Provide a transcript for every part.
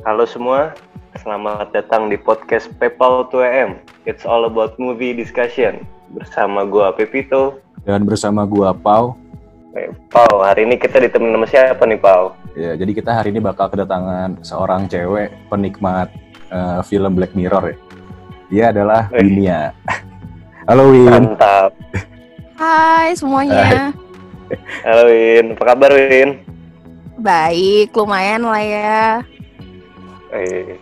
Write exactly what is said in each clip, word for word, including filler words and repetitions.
Halo semua, selamat datang di podcast Pepal dua M. It's all about movie discussion. Bersama gua Pepito dan bersama gua Pau. Eh, Pau, hari ini kita ditemenin sama siapa nih, Pau? Ya, jadi kita hari ini bakal kedatangan seorang cewek penikmat uh, film Black Mirror ya. Dia adalah eh. Winia. Halo Win. Mantap. Hai semuanya. Halo Win, apa kabar Win? Baik, lumayan lah ya. Eh.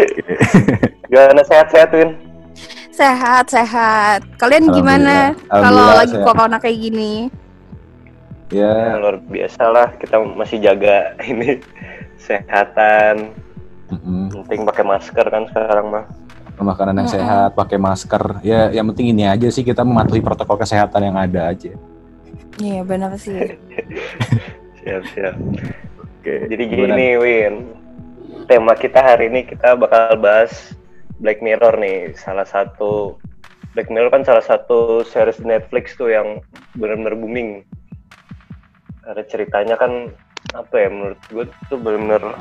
Gimana, sehat-sehat Win? Sehat, sehat. Kalian gimana kalau lagi sehat. corona kayak gini? Ya, ya luar biasa lah, kita masih jaga ini kesehatan. Mm-hmm. Penting pakai masker kan sekarang mah. Makanan yang mm-hmm. sehat, pakai masker. Ya, yang penting ini aja sih, kita mematuhi protokol kesehatan yang ada aja. Iya, benar sih. Siap-siap. Oke, jadi gini Win. Tema kita hari ini kita bakal bahas Black Mirror nih. Salah satu Black Mirror kan salah satu series Netflix tuh yang benar-benar booming. Ada ceritanya kan apa ya, menurut gue tuh benar-benar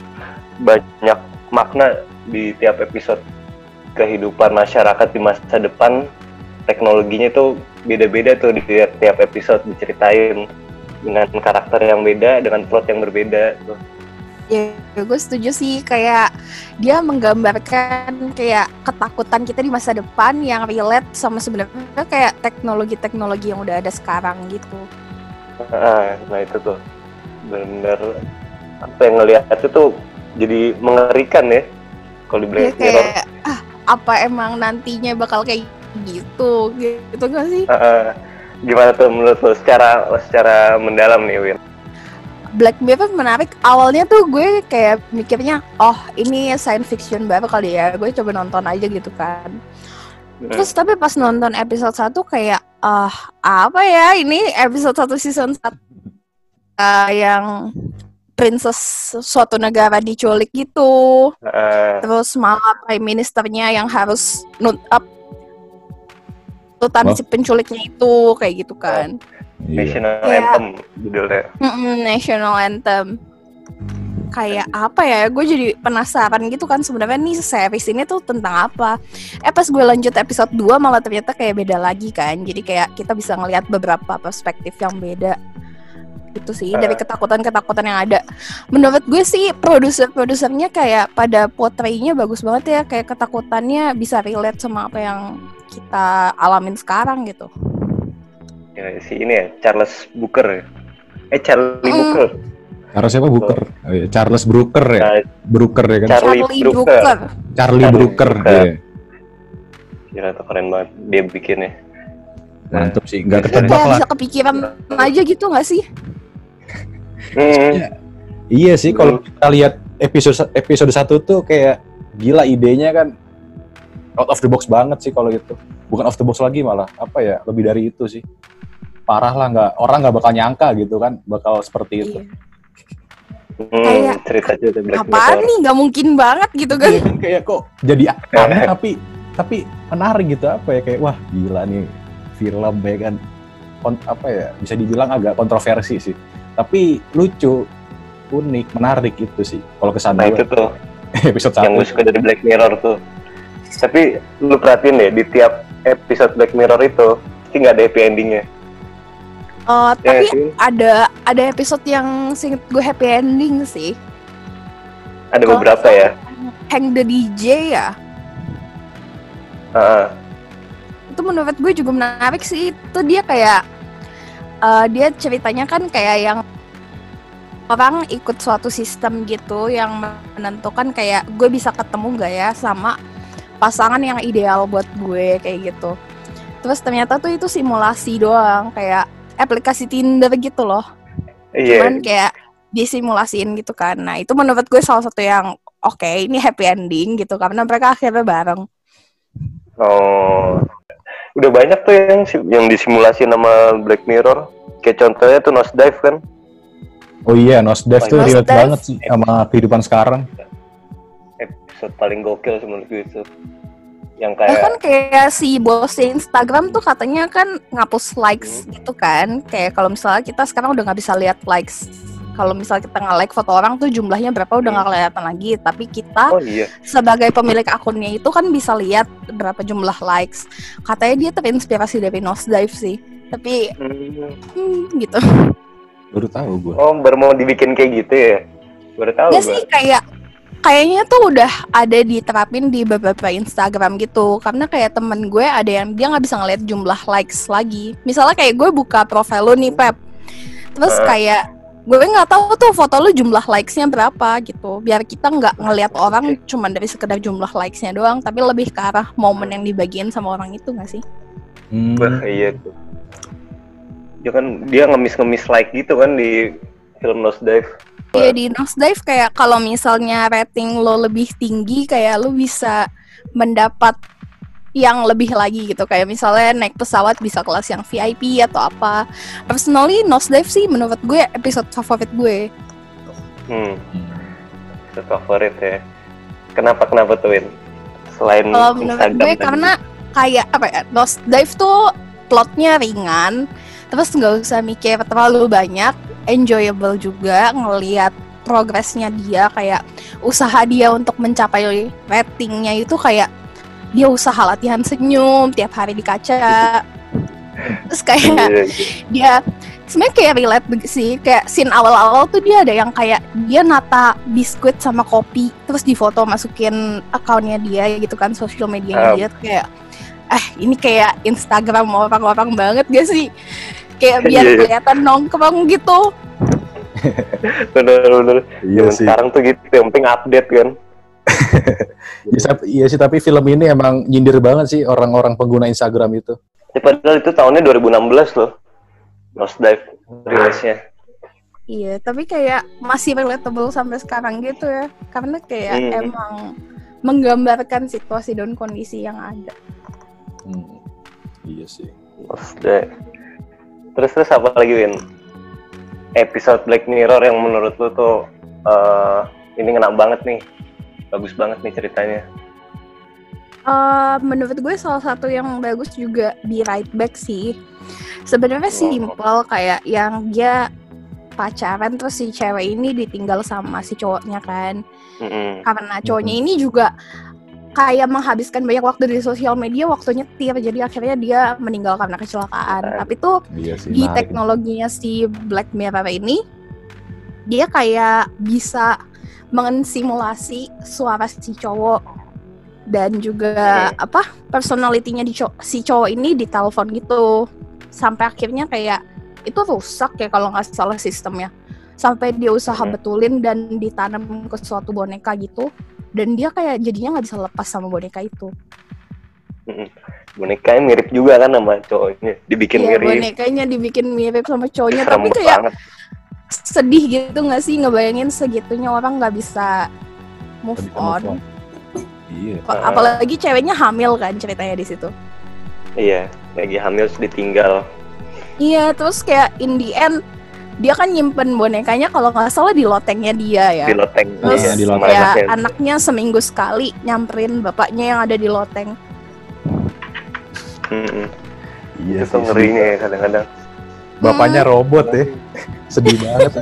banyak makna di tiap episode kehidupan masyarakat di masa depan. Teknologinya tuh beda-beda tuh di tiap episode diceritain dengan karakter yang beda, dengan plot yang berbeda tuh. Ya, gue setuju sih, kayak dia menggambarkan kayak ketakutan kita di masa depan yang relate sama sebenarnya kayak teknologi-teknologi yang udah ada sekarang gitu. Nah, nah itu tuh benar-benar apa yang ngelihat itu tuh jadi mengerikan ya kalau di Black Mirror. Kayak ah, apa emang nantinya bakal kayak gitu, gitu nggak sih? Uh, uh, gimana tuh menurut lo secara secara mendalam nih Win? Black Mirror menarik. Awalnya tuh gue kayak mikirnya, oh ini science fiction baru kali ya, gue coba nonton aja gitu kan. Hmm. Terus tapi pas nonton episode satu kayak, ah uh, apa ya ini episode satu season satu uh, yang princess suatu negara diculik gitu. Uh. Terus malah prime ministernya yang harus nut up tuntutan oh. si penculiknya itu kayak gitu kan. National yeah. Anthem judulnya. National Anthem. Kayak apa ya? Gue jadi penasaran gitu kan sebenarnya nih series ini tuh tentang apa. Eh pas gue lanjut episode dua malah ternyata kayak beda lagi kan. Jadi kayak kita bisa ngelihat beberapa perspektif yang beda. Itu sih uh. dari ketakutan-ketakutan yang ada. Menurut gue sih produser-produsernya kayak pada portraynya bagus banget ya. Kayak ketakutannya bisa relate sama apa yang kita alamin sekarang gitu. Ya, si ini ya, Charles Booker ya? Eh, Charlie mm. Booker. Charles siapa Booker? Oh, iya. Charles Brooker ya? Nah, Brooker ya kan? Charlie, Charlie Brooker. Charlie, Charlie Brooker, iya. Gila tuh keren banget dia bikinnya. Mantap sih, nggak ketebak lah. Bisa kepikiran aja gitu nggak sih? Hmm. Ya, iya sih, kalau hmm. kita lihat episode episode satu tuh kayak gila idenya kan out of the box banget sih kalau gitu. Bukan off the box lagi malah, apa ya, lebih dari itu sih. Parah lah, nggak orang nggak bakal nyangka gitu kan, bakal seperti itu. Hmm, kayak cerita cerita apaan nih, nggak mungkin banget gitu kan? Iya, kayak kok jadi aneh tapi tapi menarik gitu, apa ya, kayak wah gila nih film ya kan, Kont- apa ya, bisa dibilang agak kontroversi sih, tapi lucu, unik, menarik itu sih. Kalau kesan nah itu tuh episode satu yang gue suka dari Black Mirror tuh. Tapi lu perhatiin deh di tiap episode Black Mirror itu pasti nggak ada happy endingnya. Oh, ya, tapi sih? ada ada episode yang seinget gue happy ending sih. Ada kalo beberapa ya. Hang the D J ya. Uh-uh. Itu menurut gue juga menarik sih. Itu dia kayak uh, dia ceritanya kan kayak yang orang ikut suatu sistem gitu yang menentukan kayak gue bisa ketemu gak ya sama pasangan yang ideal buat gue kayak gitu. Terus ternyata tuh itu simulasi doang, kayak aplikasi Tinder gitu loh. Yeah. Cuman kayak disimulasiin gitu kan. Nah itu menurut gue salah satu yang oke, okay, ini happy ending gitu karena mereka akhirnya bareng. Oh, udah banyak tuh yang yang disimulasi nama Black Mirror. Kayak contohnya tuh Nosedive kan. Oh iya, Nosedive oh, tuh relate banget sih sama kehidupan sekarang. Episode paling gokil menurut gue itu. Yang kayak bahkan kayak si bosnya Instagram tuh katanya kan ngapus likes hmm. gitu kan, kayak kalau misalnya kita sekarang udah nggak bisa lihat likes kalau misal kita nge-like foto orang tuh jumlahnya berapa udah nggak kelihatan lagi, tapi kita Oh iya. sebagai pemilik akunnya itu kan bisa lihat berapa jumlah likes. Katanya dia terinspirasi dari Nosedive sih, tapi Hmm. hmm, gitu. Baru tahu gue. Oh, baru mau dibikin kayak gitu ya? Baru tahu Nggak gua. sih, kayak kayaknya tuh udah ada diterapin di beberapa Instagram gitu. Karena kayak temen gue ada yang dia nggak bisa ngeliat jumlah likes lagi. Misalnya kayak gue buka profile lu nih, Pep. Terus Uh. kayak gue nggak tahu tuh foto lu jumlah likes-nya berapa gitu. Biar kita nggak ngeliat orang cuma dari sekedar jumlah likes-nya doang, tapi lebih ke arah momen yang dibagiin sama orang itu nggak sih? Hmm. Wah, iya tuh. Dia kan dia ngemis-ngemis like gitu kan di film Nosedive. Iya, di Nosedive kayak kalau misalnya rating lo lebih tinggi, kayak lo bisa mendapat yang lebih lagi gitu. Kayak misalnya naik pesawat bisa kelas yang V I P atau apa. Personally Nosedive sih menurut gue episode favorit gue. Hmm. Itu favorit ya. Kenapa kenapa tuh Win? Selain Kalau menurut Instagram gue tadi. karena kayak apa ya, Nosedive tuh plotnya ringan, terus nggak usah mikir terlalu banyak, enjoyable juga ngelihat progresnya dia, kayak usaha dia untuk mencapai ratingnya itu kayak dia usaha latihan senyum tiap hari di kaca. Terus kayak Iya, iya. dia sebenarnya kayak relate sih, kayak scene awal-awal tuh dia ada yang kayak dia nata biskuit sama kopi terus difoto masukin akunnya dia gitu kan, sosial medianya Um. dia, kayak eh ini kayak Instagram orang-orang banget gak sih, kayak biar Iya, iya. kelihatan nongkrong gitu. Bener-bener. Iya Zaman sih. sekarang tuh gitu, yang penting update kan. Iya, iya sih, tapi film ini emang nyindir banget sih orang-orang pengguna Instagram itu. Ya, padahal itu tahunnya dua ribu enam belas loh. Nosedive rilisnya. Iya, tapi kayak masih relatable sampai sekarang gitu ya, karena kayak Hmm. emang menggambarkan situasi dan kondisi yang ada. Hmm. Iya sih. Nosedive. Terus terus apa lagi Win? Episode Black Mirror yang menurut lu tuh uh, ini ngena banget nih, bagus banget nih ceritanya. Uh, menurut gue salah satu yang bagus juga Be Right Back sih. Sebenarnya simple, kayak yang dia pacaran terus si cewek ini ditinggal sama si cowoknya kan. Mm-mm. Karena cowoknya ini juga kayak menghabiskan banyak waktu di sosial media, waktu nyetir, jadi akhirnya dia meninggal karena kecelakaan. Kecelakaan. Tapi tuh Iya sih. di menarik. teknologinya si Black Mirror ini, dia kayak bisa mensimulasi suara si cowok dan juga Hmm. apa personalitinya di cow- si cowok ini di telepon gitu, sampai akhirnya kayak itu rusak ya kalau nggak salah sistemnya, sampai dia usaha Hmm. betulin dan ditanam ke suatu boneka gitu, dan dia kayak jadinya nggak bisa lepas sama boneka itu. Mm-mm. Bonekanya mirip juga kan sama cowoknya, dibikin Iya, mirip. bonekanya dibikin mirip sama cowoknya, Serem tapi kayak banget. sedih gitu nggak sih ngebayangin segitunya orang nggak bisa move Nggak bisa move on. on. Iya. Ap- Apalagi ceweknya hamil kan ceritanya di situ. Iya, lagi hamil terus ditinggal. Iya, terus kayak in the end dia kan nyimpen bonekanya kalau nggak salah di lotengnya dia ya. Di loteng. Terus Iya, di sama loteng. ya anaknya. anaknya seminggu sekali nyamperin bapaknya yang ada di loteng. Mm-mm. Iya Itu sih. ngerinya ya kadang-kadang. Bapaknya robot ya. Sedih banget.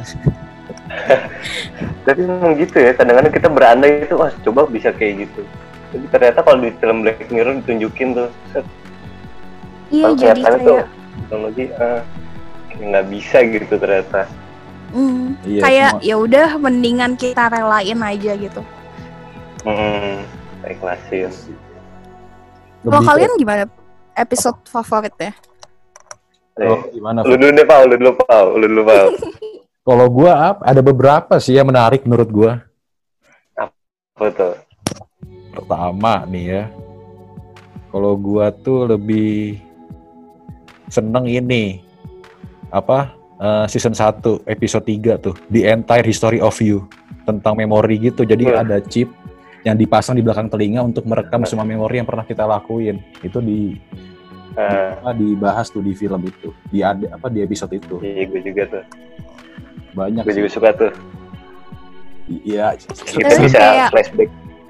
Tapi emang gitu ya, kadang-kadang kita berandai itu, wah coba bisa kayak gitu. Tapi ternyata kalau di film Black Mirror ditunjukin tuh, set, Iya, kalau jadi kelihatannya tuh kayak teknologi ah, kayak nggak bisa gitu ternyata. mm, Iya, kayak semua- ya udah mendingan kita relain aja gitu. Hmm, saya ikhlasin. Kalau Lebih kalian gimana episode favoritnya? kayak- oh, gimana? Lu dulu deh, Pau, lu dulu, Pau, lu dulu, Pau. Kalau gua apa? Ada beberapa sih yang menarik menurut gua. Apa tuh? Pertama nih ya. Kalau gua tuh lebih seneng ini. Apa? eh, season satu episode tiga tuh, The Entire History of You, tentang memori gitu. Jadi Hmm. ada chip yang dipasang di belakang telinga untuk merekam semua memori yang pernah kita lakuin. Itu di Ah, apa, dibahas tuh di film itu. Di ada apa di episode itu. iya, gue juga tuh. Banyak Gue sih. juga suka tuh. Iya, Kita Terus bisa kayak- flashback.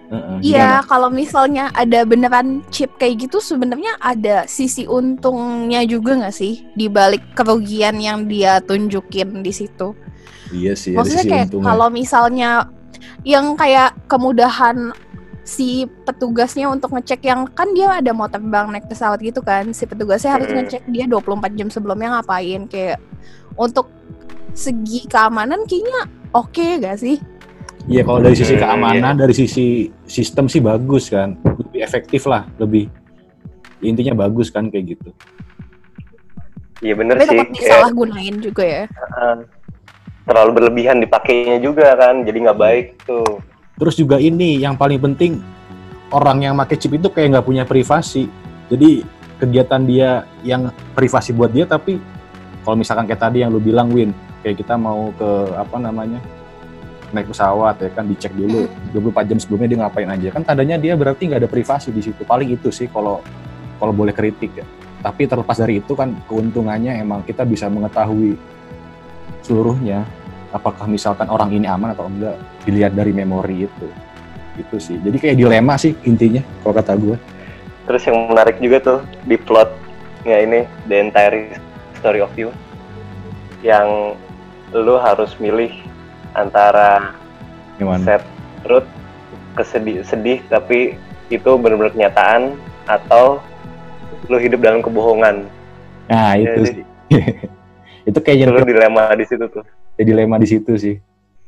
Uh-uh, Iya, kalau misalnya ada beneran chip kayak gitu, sebenarnya ada sisi untungnya juga nggak sih di balik kerugian yang dia tunjukin di situ? Iya sih, ada Maksudnya sisi kayak untungnya. kalau misalnya yang kayak kemudahan si petugasnya untuk ngecek, yang kan dia ada mau terbang naik pesawat gitu kan, si petugasnya harus Mm-mm. ngecek dia dua puluh empat jam sebelumnya ngapain, kayak untuk segi keamanan kayaknya oke gak sih? Iya, kalau dari sisi Hmm, keamanan, iya. dari sisi sistem sih bagus kan, lebih efektif lah, lebih intinya bagus kan kayak gitu. Iya bener Tapi sih, takut disalahgunain juga ya. uh, terlalu berlebihan dipakainya juga kan, jadi nggak baik tuh. Terus juga ini yang paling penting, orang yang pakai chip itu kayak nggak punya privasi. Jadi kegiatan dia yang privasi buat dia, tapi kalau misalkan kayak tadi yang lu bilang Win, kayak kita mau ke apa namanya naik pesawat ya kan, dicek dulu dua puluh empat jam sebelumnya dia ngapain aja, kan tandanya dia berarti nggak ada privasi di situ. Paling itu sih kalau kalau boleh kritik ya. Tapi terlepas dari itu kan keuntungannya emang kita bisa mengetahui seluruhnya, apakah misalkan orang ini aman atau enggak dilihat dari memori itu. Itu sih. Jadi kayak dilema sih intinya kalau kata gue. Terus yang menarik juga tuh di plotnya ini, The Entire Story of You, yang lu harus milih antara Gimana? set truth, kesedih sedih tapi itu benar-benar kenyataan, atau lu hidup dalam kebohongan. Nah Ya, itu jadi, sih. Itu kayaknya lu dilema di situ tuh. dilema di situ sih.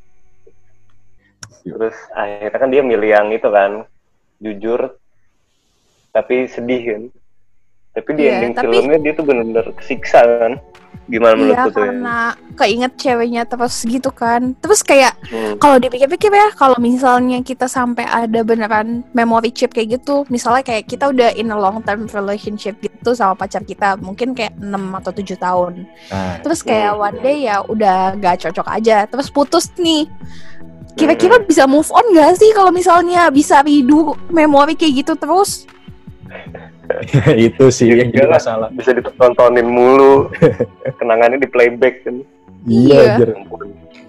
Terus akhirnya kan dia milih yang itu kan, jujur tapi sedih kan. Tapi di Iya, ending tapi- filmnya dia tuh benar-benar kesiksa kan. Gimana menurut Iya, lu tuh? karena keinget ceweknya terus gitu kan. Terus kayak Hmm. kalau dipikir-pikir ya, kalau misalnya kita sampai ada beneran memory chip kayak gitu, misalnya kayak kita udah in a long term relationship gitu sama pacar kita, mungkin kayak enam atau tujuh tahun. Nah, Terus kayak Hmm. one day ya udah gak cocok aja, terus putus nih. Kira-kira bisa move on gak sih kalau misalnya bisa redo memori kayak gitu terus? itu sih Ya, yang jadi enggak lah. masalah. Bisa ditontonin mulu, kenangannya di playback kan. Iya. Anjir. Ampun.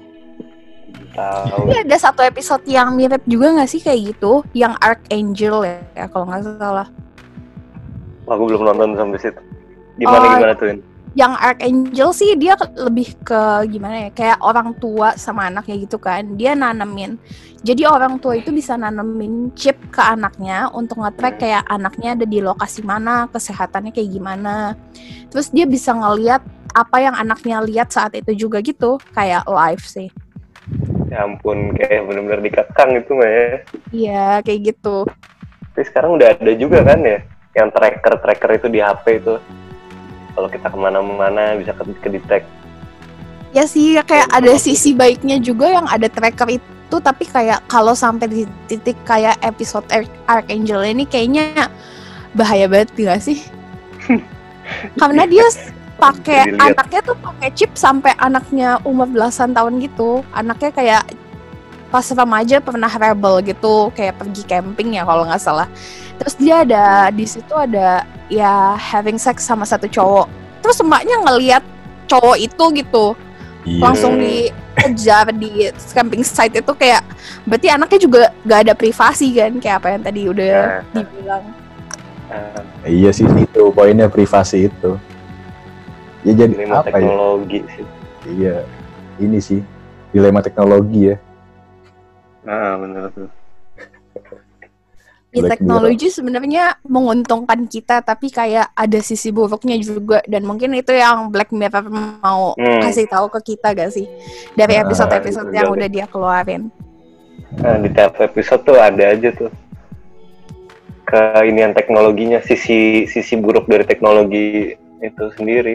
Tahu. Tapi ada satu episode yang mirip juga gak sih kayak gitu, yang Archangel ya, ya kalau nggak salah. Wah, gue belum nonton sampai situ. Gimana Oh, gimana tuh? In? Yang Archangel sih dia ke- lebih ke gimana ya, kayak orang tua sama anaknya gitu kan. Dia nanemin, jadi orang tua itu bisa nanemin chip ke anaknya untuk nge-track kayak anaknya ada di lokasi mana, kesehatannya kayak gimana. Terus dia bisa ngeliat apa yang anaknya lihat saat itu juga gitu, kayak live sih. Ya ampun, kayak benar-benar dikekang itu mah ya. Iya kayak gitu. Tapi sekarang udah ada juga kan ya, yang tracker-tracker itu di H P itu. Kalau kita kemana-mana bisa ke, ke detect. Ya sih, kayak ada sisi baiknya juga yang ada tracker itu, tapi kayak kalau sampai di titik kayak episode Ar- Archangel ini kayaknya bahaya banget gak sih? Karena dia s- pakai Jadi lihat. anaknya tuh pakai chip sampai anaknya umur belasan tahun gitu. Anaknya kayak pas remaja pernah rebel gitu, kayak pergi camping ya kalau nggak salah. Terus dia ada di situ ada ya having sex sama satu cowok. Terus emaknya ngelihat cowok itu gitu, Iya. langsung dikejar di camping site itu, kayak berarti anaknya juga gak ada privasi kan, kayak apa yang tadi udah Nah. dibilang. Uh, Iya sih itu poinnya, privasi itu. Ya jadi dilema apa ya? teknologi sih. Iya. Ini sih dilema teknologi ya. Nah, benar tuh. Ya, Black teknologi sebenarnya menguntungkan kita, tapi kayak ada sisi buruknya juga, dan mungkin itu yang Black Mirror mau Hmm. kasih tahu ke kita gak sih dari Ah, episode-episode itu yang juga. udah dia keluarin. Nah, di tiap episode tuh ada aja tuh keinian teknologinya, sisi sisi buruk dari teknologi itu sendiri.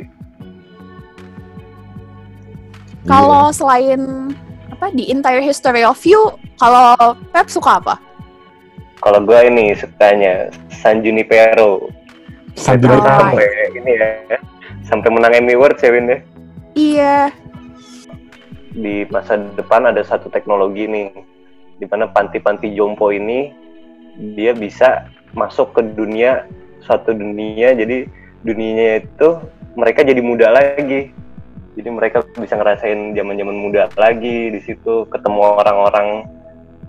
Kalau selain apa di Entire History of You, kalau Pep suka apa? Kalau gue ini sukanya San Junipero. San Itu Junipero. sampai ini ya, sampai menang Emmy Awards ya, Win ya. Iya, Di masa depan ada satu teknologi nih, di mana panti-panti jompo ini dia bisa masuk ke dunia, suatu dunia, jadi dunianya itu mereka jadi muda lagi. Jadi mereka bisa ngerasain zaman-zaman muda lagi di situ, ketemu orang-orang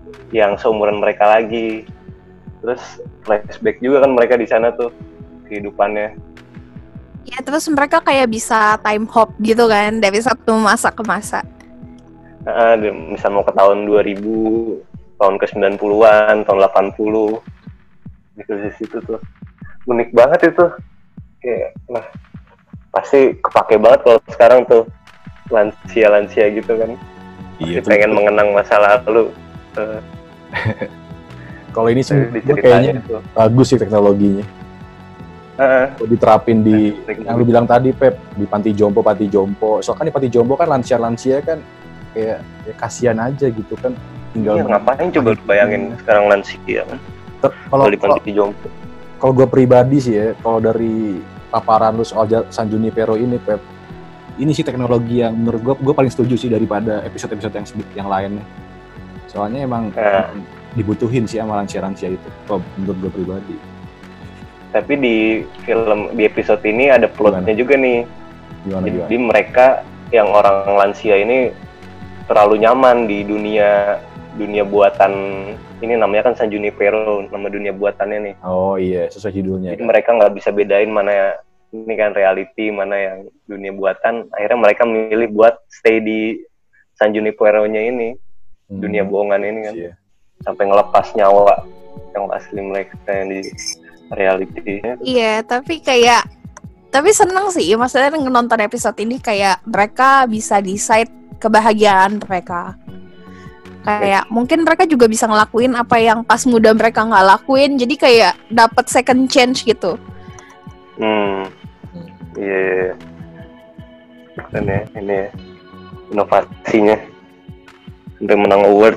yang seumuran mereka lagi. Terus flashback juga kan mereka di sana tuh kehidupannya. Ya terus mereka kayak bisa time hop gitu kan dari satu masa ke masa. Nah, misal mau ke tahun dua ribu, tahun ke sembilan puluhan, tahun delapan puluh. Gitu di situ tuh. Unik banget itu. Kayak nah pasti kepake banget kalau sekarang tuh lansia-lansia gitu kan. Iya, masih pengen mengenang masa lalu. Uh, kalau ini sih kayaknya itu bagus sih teknologinya. Uh, diterapin di yang lu bilang tadi Pep, di panti jompo panti jompo. Soalnya kan di panti jompo kan lansia-lansia kan kayak ya kasihan aja gitu kan, tinggal iya, ngapain coba lu bayangin hmm. sekarang lansia kan. Kalau di panti jompo. Kalau gue pribadi sih ya, kalau dari paparan lu soal San Junipero ini Pep, ini sih teknologi yang menurut gue gue paling setuju sih daripada episode-episode yang yang lainnya. Soalnya emang uh. dibutuhin sih sama lansia-lansia itu, kalau menurut gue pribadi. Tapi di film di episode ini ada plotnya juga nih. Gimana, Jadi gimana? mereka yang orang lansia ini terlalu nyaman di dunia dunia buatan ini, namanya kan San Junipero, nama dunia buatannya nih. Oh iya, sesuai judulnya. Jadi kan? Mereka nggak bisa bedain mana ini kan reality, mana yang dunia buatan. Akhirnya mereka memilih buat stay di San Junipero-nya ini, hmm. dunia bohongan ini kan, iya. Sampai ngelepas nyawa yang asli mereka yang di reality. Iya, tapi kayak tapi seneng sih, maksudnya nonton episode ini kayak mereka bisa decide kebahagiaan mereka. Kayak okay. Mungkin mereka juga bisa ngelakuin apa yang pas muda mereka nggak lakuin, jadi kayak dapat second chance gitu. Hmm, iya, yeah. Ini ini inovasinya sampai menang award.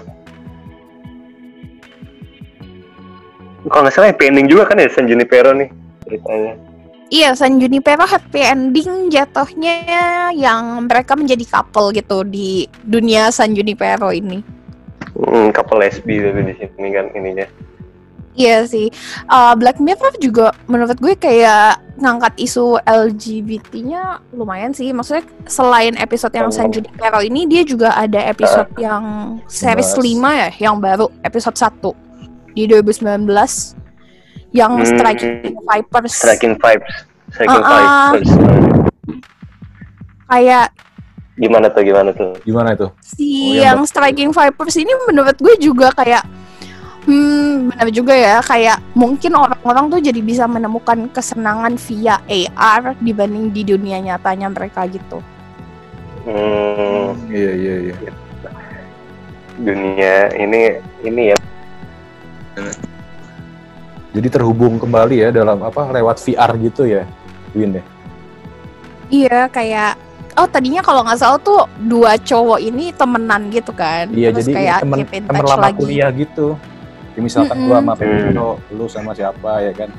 Kalau nggak salah happy ending juga kan ya San Junipero nih ceritanya. Iya, San Junipero happy ending jatuhnya yang mereka menjadi couple gitu di dunia San Junipero ini. Hmm, couple lesbi tapi di sini kan ininya. Iya sih. Uh, Black Mirror juga menurut gue kayak ngangkat isu L G B T-nya lumayan sih. Maksudnya selain episode yang San Junipero ini, dia juga ada episode uh, yang series lima ya, yang baru episode satu. Di dua ribu sembilan belas yang hmm, Striking Vipers. Striking Vipers. Striking uh-uh. Vipers. Kayak gimana tuh gimana tuh? Gimana itu? Si oh, yang, yang Striking Vipers ini menurut gue juga kayak hmm benar juga ya, kayak mungkin orang-orang tuh jadi bisa menemukan kesenangan via A R dibanding di dunia nyatanya mereka gitu. Hmm, iya iya iya. Dunia ini ini ya. Jadi terhubung kembali ya dalam apa lewat V R gitu ya, Win ya? Iya kayak oh tadinya kalau nggak salah tuh dua cowok ini temenan gitu kan? Iya terus jadi kayak temen, temen lama lagi. Kuliah gitu. Ya, misalkan mm-hmm. gua sama Pedro, lu sama siapa ya kan?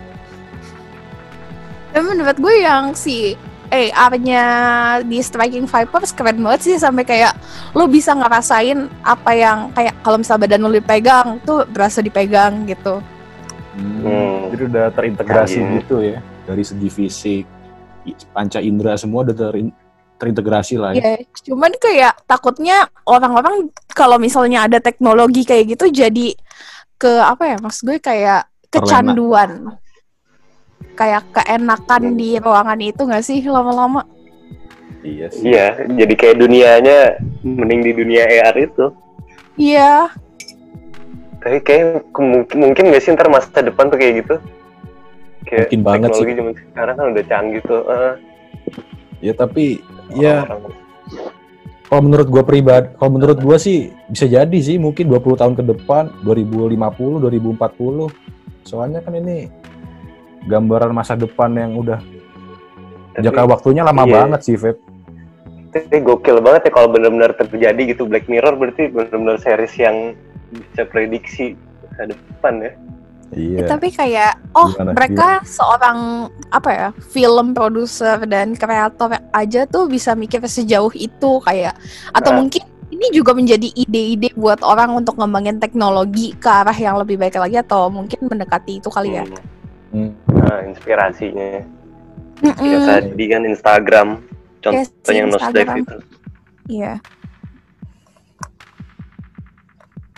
Dan menurut gue yang si A R-nya di Striking Vipers keren banget sih, sampai kayak lo bisa ngerasain apa yang kayak kalau misal badan lo dipegang tuh berasa dipegang gitu. Hmm, jadi udah terintegrasi Kain. gitu ya dari segi fisik, panca indera semua udah ter- terintegrasi lah ya. Yeah, cuman kayak takutnya orang-orang kalau misalnya ada teknologi kayak gitu jadi ke apa ya, maksud gue kayak kecanduan. Kayak keenakan di ruangan itu nggak sih lama-lama? Iya sih. Iya, jadi kayak dunianya mending di dunia A R itu. Iya. Tapi kayak mungkin mungkin nggak sih ntar masa depan tuh kayak gitu? Kayak mungkin banget sih. Teknologi zaman sekarang kan udah canggih tuh. Uh. Ya tapi ya. Kalau menurut gue pribadi, kalau menurut gue sih bisa jadi sih mungkin dua puluh tahun ke depan, dua ribu lima puluh, dua ribu empat puluh. Soalnya kan ini gambaran masa depan yang udah tapi, jangka waktunya lama iya. banget sih, Feb. Tapi gokil banget ya kalau benar-benar terjadi gitu. Black Mirror berarti benar-benar series yang bisa prediksi masa depan ya. Iya. Ya, tapi kayak oh gimana, mereka gimana? seorang apa ya film produser dan kreator aja tuh bisa mikir sejauh itu kayak atau nah. mungkin ini juga menjadi ide-ide buat orang untuk ngembangin teknologi ke arah yang lebih baik lagi atau mungkin mendekati itu kali ya. Hmm. Nah, inspirasinya. Ya tadi kan Instagram, contohnya yes, Nosedive itu. Iya.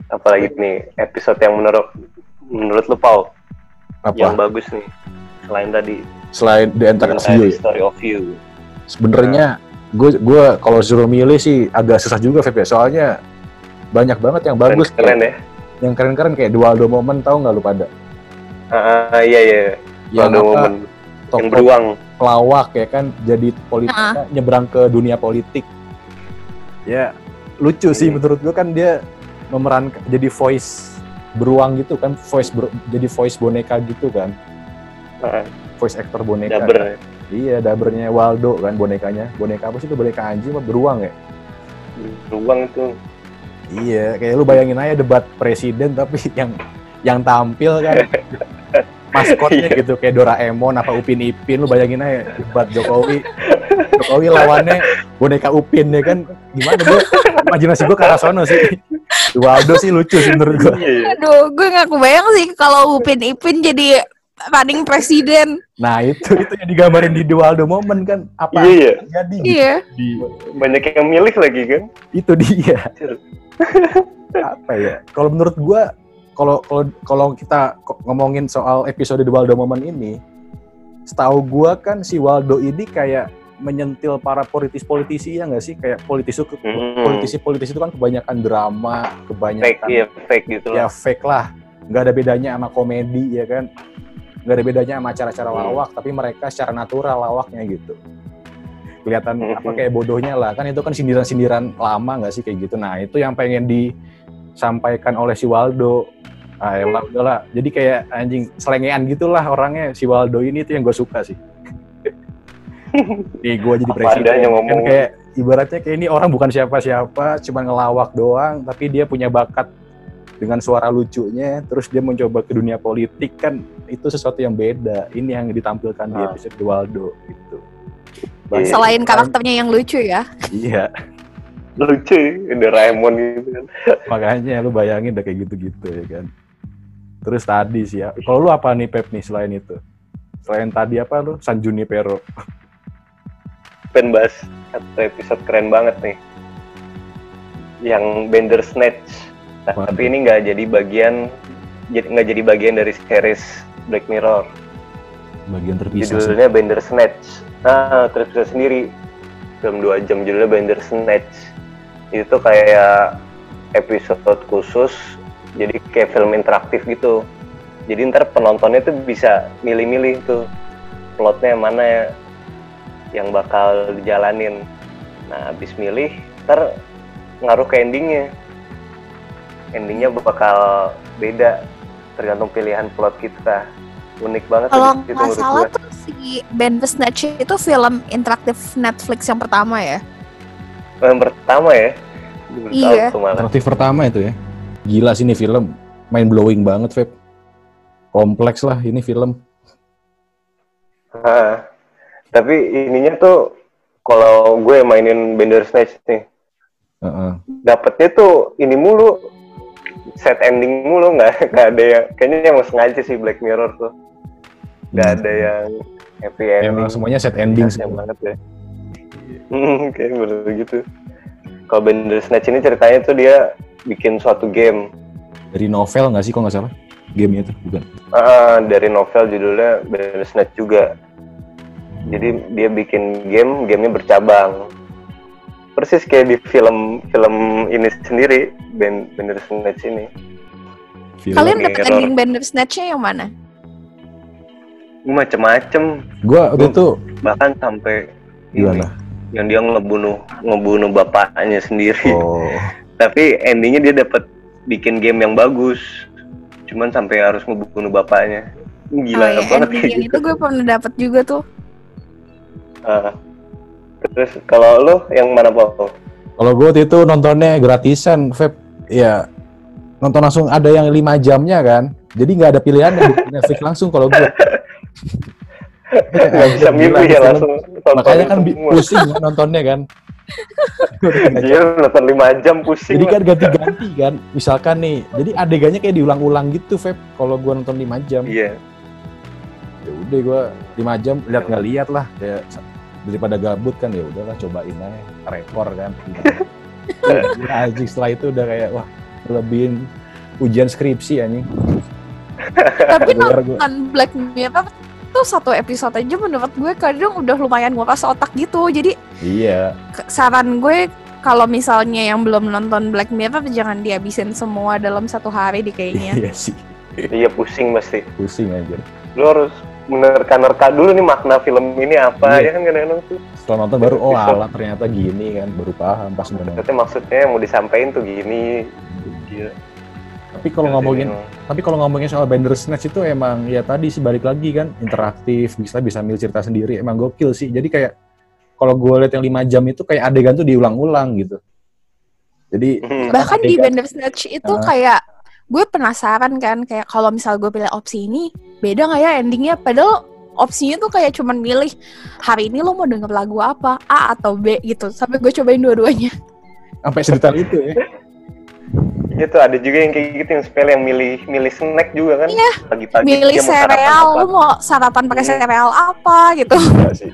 apalagi nih episode yang menurut menurut lu Pau Apa? yang bagus nih selain tadi Selain The Entire of You. Story of You. Sebenarnya gue gue kalau suruh milih sih agak susah juga Feb ya. Soalnya banyak banget yang bagus. Keren, keren ya. Yang keren-keren kayak The Waldo Moment, tahu nggak lu pada? Ah uh, iya iya. Yang Waldo Moment. Yang beruang. Pelawak ya kan, jadi politik uh. nyebrang ke dunia politik. Ya lucu sih hmm. menurut gue kan dia memerankan jadi voice beruang gitu kan, voice ber, jadi voice boneka gitu kan. Uh. Voice actor boneka. Daber. Kan? Iya, dabernya Waldo kan bonekanya. Boneka apa sih itu? Boneka anjing apa beruang ya? Beruang itu. Iya, kayak lu bayangin aja debat presiden tapi yang yang tampil kan maskotnya gitu kayak Doraemon apa Upin Ipin, lu bayangin aja debat Jokowi. Jokowi lawannya boneka Upin ya kan. Gimana gue? Imajinasi gue ke arah sono sih. Waldo sih lucu sih menurut gue. Aduh, gue gak kebayang sih kalau Upin Ipin jadi running presiden. Nah itu itu yang digambarin di The Waldo Moment kan apa? Iya. Jadi iya. Di, banyak yang milih lagi kan? Itu dia. Apa ya? Kalau menurut gue, kalau kalau kalau kita ngomongin soal episode The Waldo Moment ini, setahu gue kan si Waldo ini kayak menyentil para politisi-politisi ya nggak sih? Kayak politisi hmm. politisi-politisi itu kan kebanyakan drama, kebanyakan fake, iya, fake gitu ya lah. fake lah. Nggak ada bedanya sama komedi ya kan? Nggak ada bedanya sama acara-acara hmm. lawak, tapi mereka secara natural lawaknya gitu. Kelihatan hmm. apa kayak bodohnya lah, kan itu kan sindiran-sindiran lama nggak sih kayak gitu. Nah itu yang pengen disampaikan oleh si Waldo. Ah ya lah, jadi kayak anjing selengean gitulah orangnya si Waldo ini, itu yang gue suka sih. Nih gue jadi presiden kan kayak ibaratnya kayak ini orang bukan siapa-siapa, cuma ngelawak doang, tapi dia punya bakat dengan suara lucunya, terus dia mencoba ke dunia politik kan, itu sesuatu yang beda. Ini yang ditampilkan di episode Waldo gitu. Banyak selain karakternya yang lucu ya. Iya. Lucu, Doraemon gitu kan. Makanya lu bayangin udah kayak gitu-gitu ya kan. Terus tadi sih ya, kalau lu apa nih Pep nih selain itu? Selain tadi apa lu? San Junipero. Pen bahas satu episode keren banget nih. Yang Bandersnatch. Nah, tapi ini nggak jadi bagian, jadi nggak jadi bagian dari series Black Mirror. Bagian terpisah. Judulnya Bandersnatch. Nah, terpisah sendiri. Film dua jam judulnya Bandersnatch. Itu kayak episode khusus, jadi kayak film interaktif gitu. Jadi ntar penontonnya tuh bisa milih-milih tuh plotnya mana ya yang bakal dijalanin. Nah, habis milih, ntar ngaruh ke endingnya. Endingnya bakal beda tergantung pilihan plot kita. Unik banget. Kalau nggak salah tuh si Bandersnatch itu film interaktif Netflix yang pertama ya? Yang pertama ya? Iya. Interaktif pertama itu ya. Gila sih ini film, mind blowing banget Feb. Kompleks lah ini film. Nah, tapi ininya tuh kalau gue mainin Bandersnatch nih, uh-uh. dapetnya tuh ini mulu, set ending mulu, nggak nggak ada yang kayaknya emang sengaja sih Black Mirror tuh, nggak hmm. ada yang happy ending. Emang semuanya set ending sih banget ya. Hmm, kayak bener gitu. Kalau Bandersnatch ini ceritanya tuh dia bikin suatu game. Dari novel nggak sih kalau nggak salah? Gamenya itu bukan? Ah, dari novel judulnya Bandersnatch juga. Jadi dia bikin game, gamenya bercabang. Persis kayak di film-film ini sendiri, Bandersnatch ini. Film Kalian dapat ending Bandersnatch-nya yang mana? Macem-macem. Gua waktu itu bahkan sampai ini, yang dia ngebunuh ngebunuh bapaknya sendiri. Oh. Tapi endingnya dia dapat bikin game yang bagus. Cuman sampai harus ngebunuh bapaknya. Gila oh, ya, banget kayak gitu. Itu gue pernah dapat juga tuh. Uh, terus kalau lo yang mana Paul? Kalau gue waktu itu nontonnya gratisan, Feb. Ya nonton langsung ada yang lima jamnya kan. Jadi nggak ada pilihan di Netflix langsung kalau gue. Nggak bisa milih ya langsung. Makanya kan semua. Pusing kan nontonnya kan. Iya nonton lima jam pusing. Jadi kan ganti-ganti kan. Misalkan nih, jadi adegannya kayak diulang-ulang gitu, Feb. Kalau gue nonton lima jam. Iya. Ya udah gue lima jam lihat nggak lihat lah. Ya, daripada gabut kan ya udahlah cobain aja rekor kan. Nah, setelah itu udah kayak wah lebihin ujian skripsi anjing. Tapi nonton Black Mirror tuh satu episode aja menurut gue kadang udah lumayan nguras otak gitu. Jadi iya. Saran gue kalau misalnya yang belum nonton Black Mirror jangan dihabisin semua dalam satu hari di kayaknya. Iya sih. Iya pusing pasti. Pusing aja. Lu harus menerka-nerka dulu nih makna film ini apa, iya. Ya kan kadang-kadang tuh. Setelah nonton baru, oh alah ternyata gini kan, baru paham pas udah nonton. Ternyata maksudnya yang mau disampaikan tuh gini. Gila. Tapi kalau ngomongin, tapi kalau ngomongin soal Bandersnatch itu emang ya tadi sih balik lagi kan, interaktif, bisa bisa ambil cerita sendiri, emang gokil sih. Jadi kayak kalau gue lihat yang lima jam itu kayak adegan tuh diulang-ulang gitu. Jadi bahkan adegan, di Bandersnatch itu uh, kayak gue penasaran kan, kayak kalau misal gue pilih opsi ini beda nggak ya endingnya, padahal opsinya tuh kayak cuman milih hari ini lo mau denger lagu apa, A atau B gitu, sampai gue cobain dua-duanya. Sampai sedetail itu ya. Itu ada juga yang kayak gitu, yang sepele, yang milih milih snack juga kan. Iya. Pagi-pagi milih sereal, lo mau sarapan pakai hmm. sereal apa gitu. Iya sih.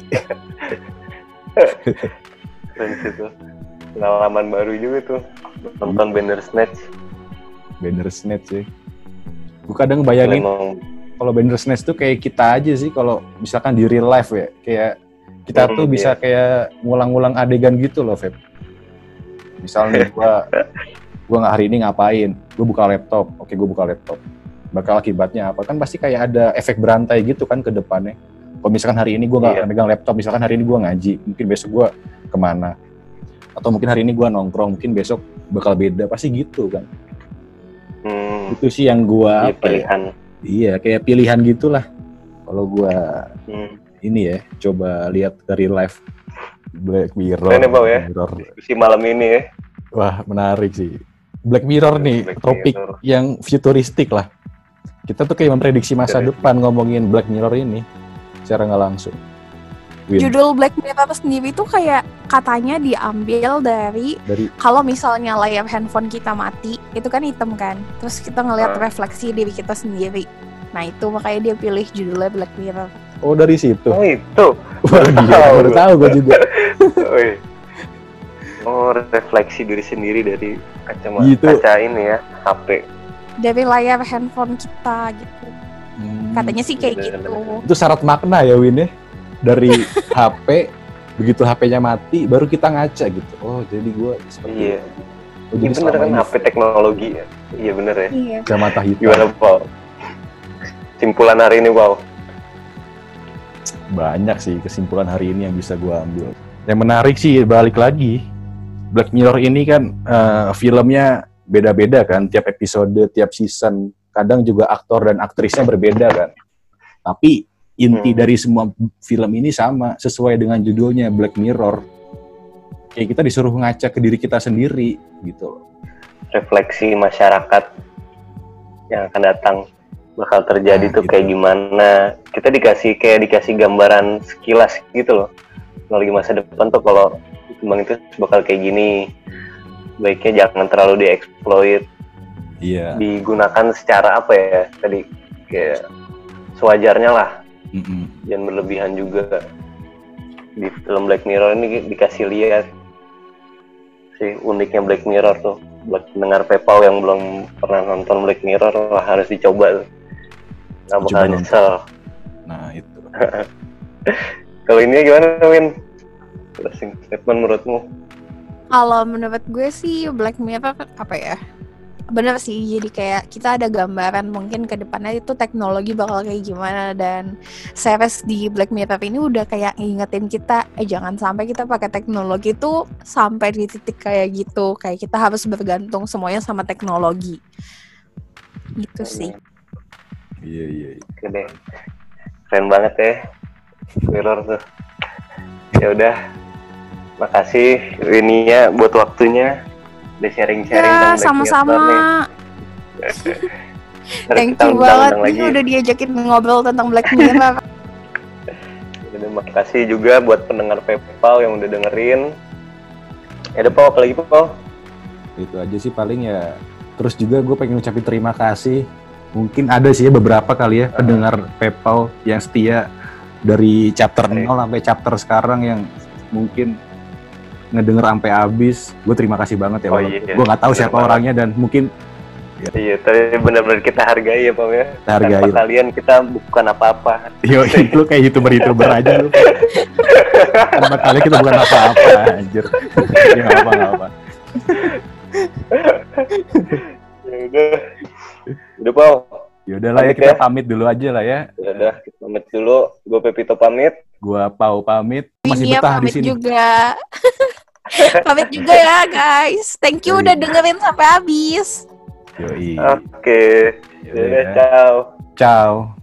Dan situ pengalaman baru juga tuh nonton Bandersnatch. Bandersnatch sih. Gue kadang bayangin kalau Bandersnatch tuh kayak kita aja sih, kalau misalkan di real life ya, kayak kita tuh hmm, bisa iya. kayak ngulang-ngulang adegan gitu loh, Feb. Misalnya gua gua nggak hari ini ngapain, gua buka laptop, oke gua buka laptop, bakal akibatnya apa, kan pasti kayak ada efek berantai gitu kan ke depannya. Kalau misalkan hari ini gua nggak iya. megang laptop, misalkan hari ini gua ngaji, mungkin besok gua kemana, atau mungkin hari ini gua nongkrong, mungkin besok bakal beda, pasti gitu kan. Hmm, itu sih yang gua iya, apa pilihan. Ya, iya kayak pilihan gitulah. Kalau gua hmm. ini ya coba lihat dari live Black Mirror. Ini Bang ya. Diskusi malam ini ya. Wah menarik sih. Black Mirror nih, Black topik Mirror. Yang futuristik lah. Kita tuh kayak memprediksi masa Futuristik. depan ngomongin Black Mirror ini secara nggak langsung. Win. Judul Black Mirror sendiri tuh kayak katanya diambil dari, dari... kalau misalnya layar handphone kita mati, itu kan hitam kan, terus kita ngelihat uh. refleksi diri kita sendiri. Nah itu makanya dia pilih judulnya Black Mirror. Oh dari situ? Oh itu? Wah gila, baru tahu gue juga. Oh refleksi diri sendiri dari kacamata gitu. Kaca ini ya, H P. Dari layar handphone kita gitu. Hmm. Katanya sih kayak gitu. Itu syarat makna ya Win ya? Dari H P, begitu H P-nya mati, baru kita ngaca gitu. Oh, jadi gue seperti iya. itu. Oh, jadi bener kan H P teknologi ya? Iya bener ya? Iya. Kacamata hitam. Gimana, Paul? Kesimpulan hari ini, Paul? Banyak sih kesimpulan hari ini yang bisa gue ambil. Yang menarik sih, balik lagi. Black Mirror ini kan uh, filmnya beda-beda kan, tiap episode, tiap season. Kadang juga aktor dan aktrisnya berbeda kan. Tapi inti hmm. dari semua film ini sama, sesuai dengan judulnya Black Mirror. Kayak kita disuruh ngaca ke diri kita sendiri gitu. Refleksi masyarakat yang akan datang bakal terjadi nah, tuh gitu. Kayak gimana. Kita dikasih kayak dikasih gambaran sekilas gitu loh. Kalau lagi masa depan tuh kalau kembang itu bakal kayak gini. Baiknya jangan terlalu dieksploit. Iya. Digunakan secara apa ya? Tadi kayak sewajarnya lah. Mm-hmm. Jangan berlebihan juga. Di film Black Mirror ini dikasih lihat si uniknya Black Mirror tuh. Buat pendengar Pepau yang belum pernah nonton Black Mirror, wah harus dicoba tuh. Nggak bakal nyesel. Nah itu. Kalau ini gimana Win? Closing statement menurutmu? Kalau menurut gue sih Black Mirror apa ya? Bener sih, jadi kayak kita ada gambaran mungkin ke depannya itu teknologi bakal kayak gimana, dan series di Black Mirror ini udah kayak ngingetin kita, eh jangan sampai kita pakai teknologi itu sampai di titik kayak gitu, kayak kita harus bergantung semuanya sama teknologi. Gitu sih. Iya iya. Oke deh, keren banget ya Mirror tuh. Ya udah, makasih Winia buat waktunya. Udah sharing-sharing ya, tentang sama-sama. Thank you banget ini udah diajakin ngobrol tentang Black Mirror. Terima kasih juga buat pendengar Pepau yang udah dengerin. Ya ada Pau, apa lagi Pau? Itu aja sih paling ya. Terus juga gue pengen ngucapin terima kasih. Mungkin ada sih ya beberapa kali ya uh. pendengar Pepau yang setia dari chapter nol sampai chapter sekarang yang mungkin ngedenger sampai habis. Gue terima kasih banget ya. Oh, walaupun iya. gue nggak tahu Bener siapa banget. orangnya dan mungkin Iya, tapi benar-benar kita hargai ya Pak ya. Kita hargai. Tanpa kalian kita bukan apa-apa. yo lu kayak youtuber-youtuber aja lu. Tanpa kalian kita bukan apa-apa anjir. Ya nggak apa nggak apa. Ya udah. Udah Pak. Ya udahlah ya, Pamit kita ya. pamit dulu aja lah ya. Ya udah, kita pamit dulu. Gue Pepito pamit. Gua Pau pamit. Masih Iya, betah di pamit sini. juga. Pamit juga ya guys. Thank you Yoi. udah dengerin sampai habis. Yoi. Oke. Ya Ya udah udah, ya. ciao. Ciao.